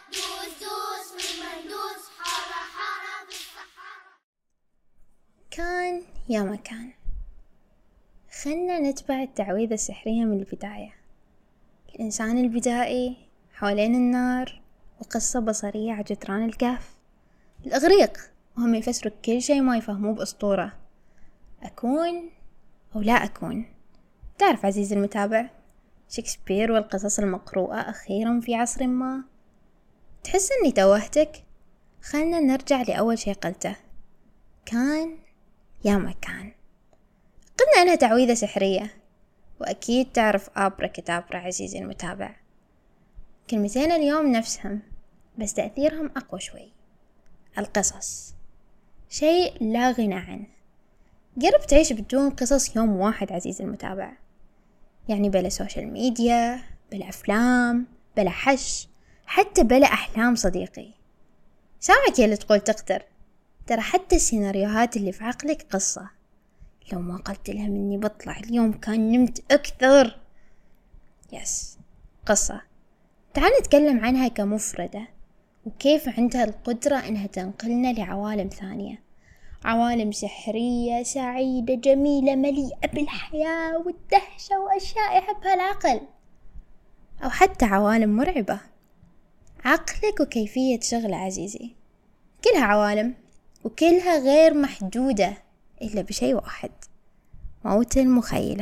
دوس دوس من مندوس حارة حارة في الصحراء. كان يا ما كان. خلنا نتبع التعويذة السحرية من البداية. الإنسان البدائي حوالين النار، وقصة بصرية على جدران الكهف. الإغريق وهم يفسروا كل شيء ما يفهموه بأسطورة. أكون أو لا أكون. تعرف عزيزي المتابع، شكسبير والقصص المقروءة أخيرا في عصر ما. تحس أني توهتك؟ خلنا نرجع لأول شيء قلته. كان يا ما كان. قلنا أنها تعويذة سحرية، وأكيد تعرف أبرا كتابرا عزيزي المتابع. كلمتين اليوم نفسهم، بس تأثيرهم أقوى شوي. القصص شيء لا غنى عنه. قرب تعيش بدون قصص يوم واحد عزيزي المتابع. يعني بلا سوشيال ميديا، بلا أفلام، بلا حش، حتى بلا أحلام صديقي. سامعك يا اللي تقول تقدر، ترى حتى السيناريوهات اللي في عقلك قصة. لو ما قلت لها مني بطلع اليوم كان نمت أكثر. يس، قصة. تعال نتكلم عنها كمفردة، وكيف عندها القدرة إنها تنقلنا لعوالم ثانية. عوالم سحرية سعيدة جميلة مليئة بالحياة والدهشة وأشياء يحبها العقل، أو حتى عوالم مرعبة. عقلك وكيفية شغله عزيزي، كلها عوالم وكلها غير محدودة إلا بشيء واحد: موت المخيلة.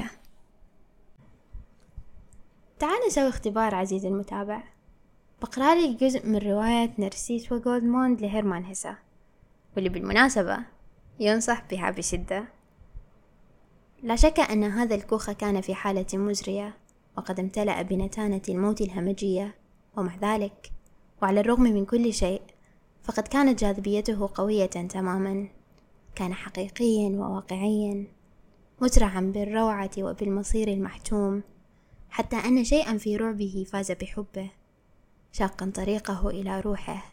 تعال نسوي اختبار عزيزي المتابع. بقرأ لك جزء من رواية نرسيس وغولدموند لهيرمان هيسا، واللي بالمناسبة ينصح بها بشدة. لا شك أن هذا الكوخ كان في حالة مزرية، وقد امتلأ بنتانة الموت الهمجية، ومع ذلك وعلى الرغم من كل شيء فقد كانت جاذبيته قوية تماما. كان حقيقيا وواقعيا، مترعا بالروعة وبالمصير المحتوم، حتى أن شيئا في رعبه فاز بحبه، شاقا طريقه إلى روحه.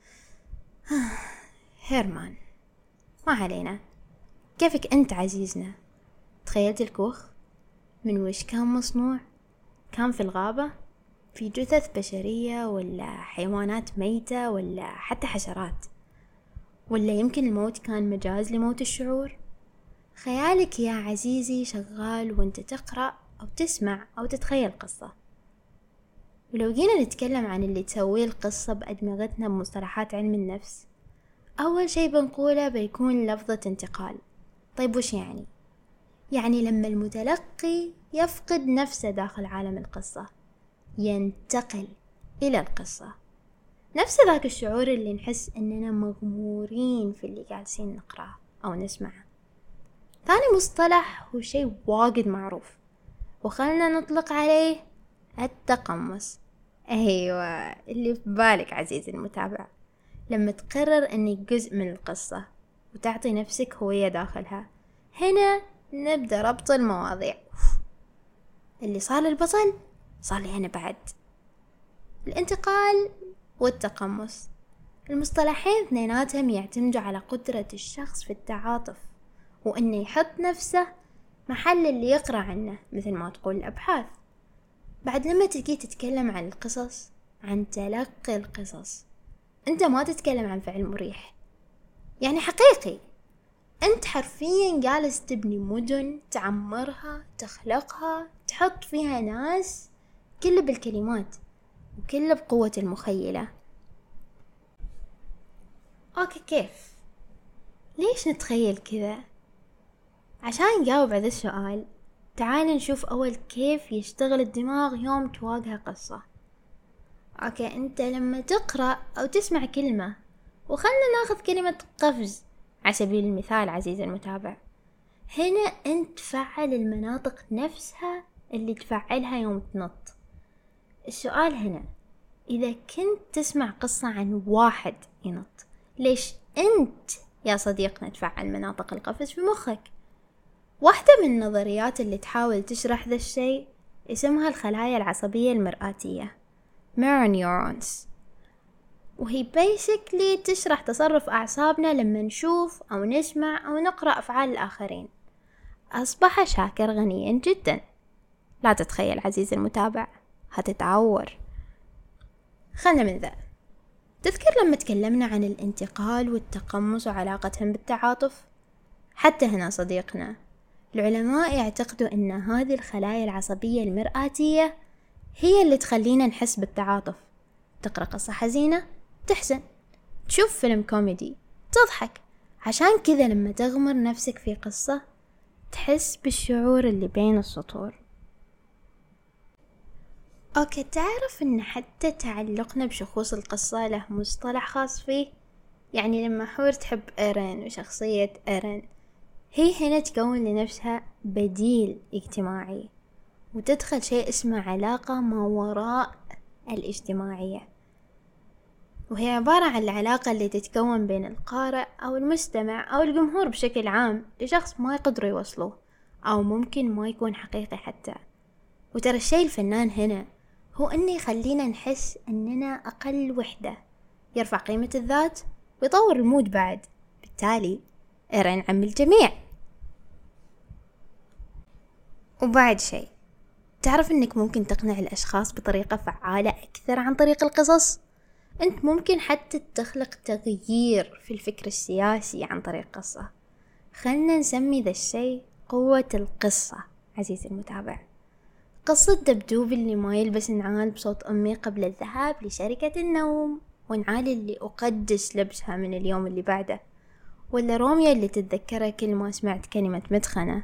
هيرمان، ما علينا. كيفك أنت عزيزنا؟ تخيلت الكوخ؟ من وش كان مصنوع؟ كان في الغابة؟ في جثث بشرية ولا حيوانات ميتة ولا حتى حشرات؟ ولا يمكن الموت كان مجاز لموت الشعور؟ خيالك يا عزيزي شغال وانت تقرأ أو تسمع أو تتخيل قصة. ولو جينا نتكلم عن اللي تسويه القصة بأدمغتنا بمصطلحات علم النفس، أول شيء بنقوله بيكون لفظة انتقال. طيب وش يعني؟ يعني لما المتلقي يفقد نفسه داخل عالم القصة، ينتقل إلى القصة. نفس ذاك الشعور اللي نحس أننا مغمورين في اللي جالسين نقرأه أو نسمعه. ثاني مصطلح هو شيء واجد معروف، وخلنا نطلق عليه التقمص. أيوة، اللي في بالك عزيزي المتابع. لما تقرر أنك جزء من القصة وتعطي نفسك هوية داخلها. هنا نبدأ ربط المواضيع. اللي صار للبطل صار لي أنا بعد. الانتقال والتقمص، المصطلحين اثنيناتهم يعتمدوا على قدرة الشخص في التعاطف، وأنه يحط نفسه محل اللي يقرأ عنه، مثل ما تقول الأبحاث. بعد لما تجي تتكلم عن القصص، عن تلقي القصص، أنت ما تتكلم عن فعل مريح يعني حقيقي. أنت حرفيا جالس تبني مدن، تعمرها، تخلقها، تحط فيها ناس، كله بالكلمات وكله بقوة المخيلة. أوكي، كيف؟ ليش نتخيل كذا؟ عشان نجاوب على السؤال، تعال نشوف أول كيف يشتغل الدماغ يوم تواجه قصة. أوكي، أنت لما تقرأ أو تسمع كلمة، وخلنا ناخذ كلمة قفز على سبيل المثال عزيزي المتابع، هنا أنت تفعل المناطق نفسها اللي تفعلها يوم تنط. السؤال هنا، إذا كنت تسمع قصة عن واحد ينط، ليش أنت يا صديقنا تفعل مناطق القفز في مخك؟ واحدة من النظريات اللي تحاول تشرح ذا الشيء اسمها الخلايا العصبية المرآتية mirror neurons، وهي basically تشرح تصرف أعصابنا لما نشوف أو نسمع أو نقرأ أفعال الآخرين. أصبح شاكر غنيا جدا. لا تتخيل عزيزي المتابع، هتتعور. خلنا من ذا. تذكر لما تكلمنا عن الانتقال والتقمص وعلاقتهم بالتعاطف؟ حتى هنا صديقنا، العلماء يعتقدوا أن هذه الخلايا العصبية المرآتية هي اللي تخلينا نحس بالتعاطف. تقرأ قصة حزينة تحزن، تشوف فيلم كوميدي تضحك. عشان كذا لما تغمر نفسك في قصة تحس بالشعور اللي بين السطور. أوكي، تعرف أن حتى تعلقنا بشخوص القصة له مصطلح خاص فيه؟ يعني لما حور تحب إيرين وشخصية إيرين، هي هنا تكون لنفسها بديل اجتماعي وتدخل شيء اسمه علاقة ما وراء الاجتماعية، وهي عبارة عن العلاقة اللي تتكون بين القارئ أو المستمع أو الجمهور بشكل عام لشخص ما يقدروا يوصلوه أو ممكن ما يكون حقيقي حتى. وترى الشيء الفنان هنا هو أنه يخلينا نحس أننا أقل وحدة، يرفع قيمة الذات ويطور المود بعد. بالتالي إيرين عم الجميع. وبعد شيء، تعرف أنك ممكن تقنع الأشخاص بطريقة فعالة أكثر عن طريق القصص؟ أنت ممكن حتى تخلق تغيير في الفكر السياسي عن طريق قصة. خلنا نسمي ذا الشيء قوة القصة. عزيزي المتابع، قصة دبدوب اللي ما يلبس نعال بصوت أمي قبل الذهاب لشركة النوم، ونعال اللي أقدس لبسها من اليوم اللي بعده، ولا روميا اللي تتذكرها كل ما سمعت كلمة مدخنة.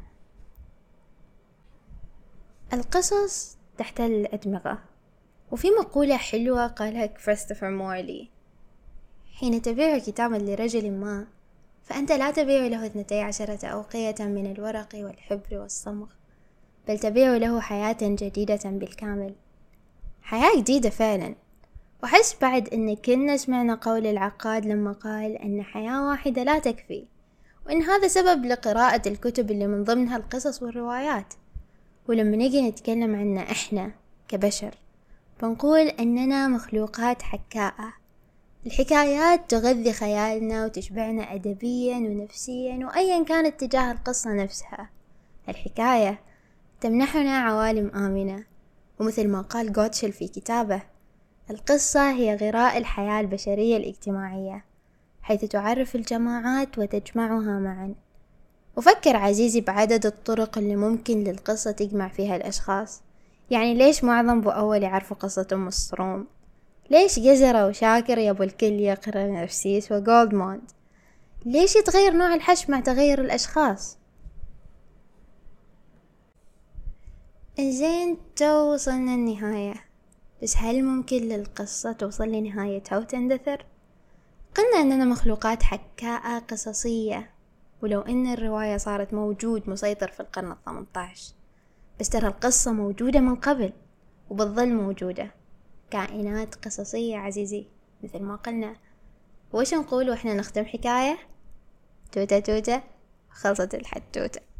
القصص تحتل الأدمغة. وفي مقولة حلوة قالها كريستوفر مورلي: حين تبيع كتابا لرجل ما فأنت لا تبيع له 12 أوقية من الورق والحبر والصمغ، بل تبيع له حياة جديدة بالكامل. حياة جديدة فعلا. وحس بعد أن كنا سمعنا قول العقاد لما قال أن حياة واحدة لا تكفي، وأن هذا سبب لقراءة الكتب اللي من ضمنها القصص والروايات. ولما نجي نتكلم عنا إحنا كبشر بنقول أننا مخلوقات حكاءة. الحكايات تغذي خيالنا وتشبعنا أدبيا ونفسيا وأيا كان اتجاه القصة نفسها. الحكاية تمنحنا عوالم آمنة، ومثل ما قال غوتشل في كتابه: القصة هي غراء الحياة البشرية الاجتماعية، حيث تعرف الجماعات وتجمعها معا. وفكر عزيزي بعدد الطرق اللي ممكن للقصة تجمع فيها الأشخاص. يعني ليش معظم بأول يعرفوا قصة أم الصروم؟ ليش جزرة وشاكر يبو الكل يقرأ نرسيس وجولدموند؟ ليش يتغير نوع الحش مع تغير الأشخاص؟ إنزين، تو وصلنا النهاية، بس هل ممكن للقصة توصل لنهايتها وتندثر؟ قلنا أننا مخلوقات حكاءة قصصية، ولو أن الرواية صارت موجود مسيطر في القرن 18، بس ترى القصة موجودة من قبل وبتظل موجودة. كائنات قصصية عزيزي مثل ما قلنا. وش نقول وإحنا نختم حكاية؟ توتة توتة خلصت الحدوتة.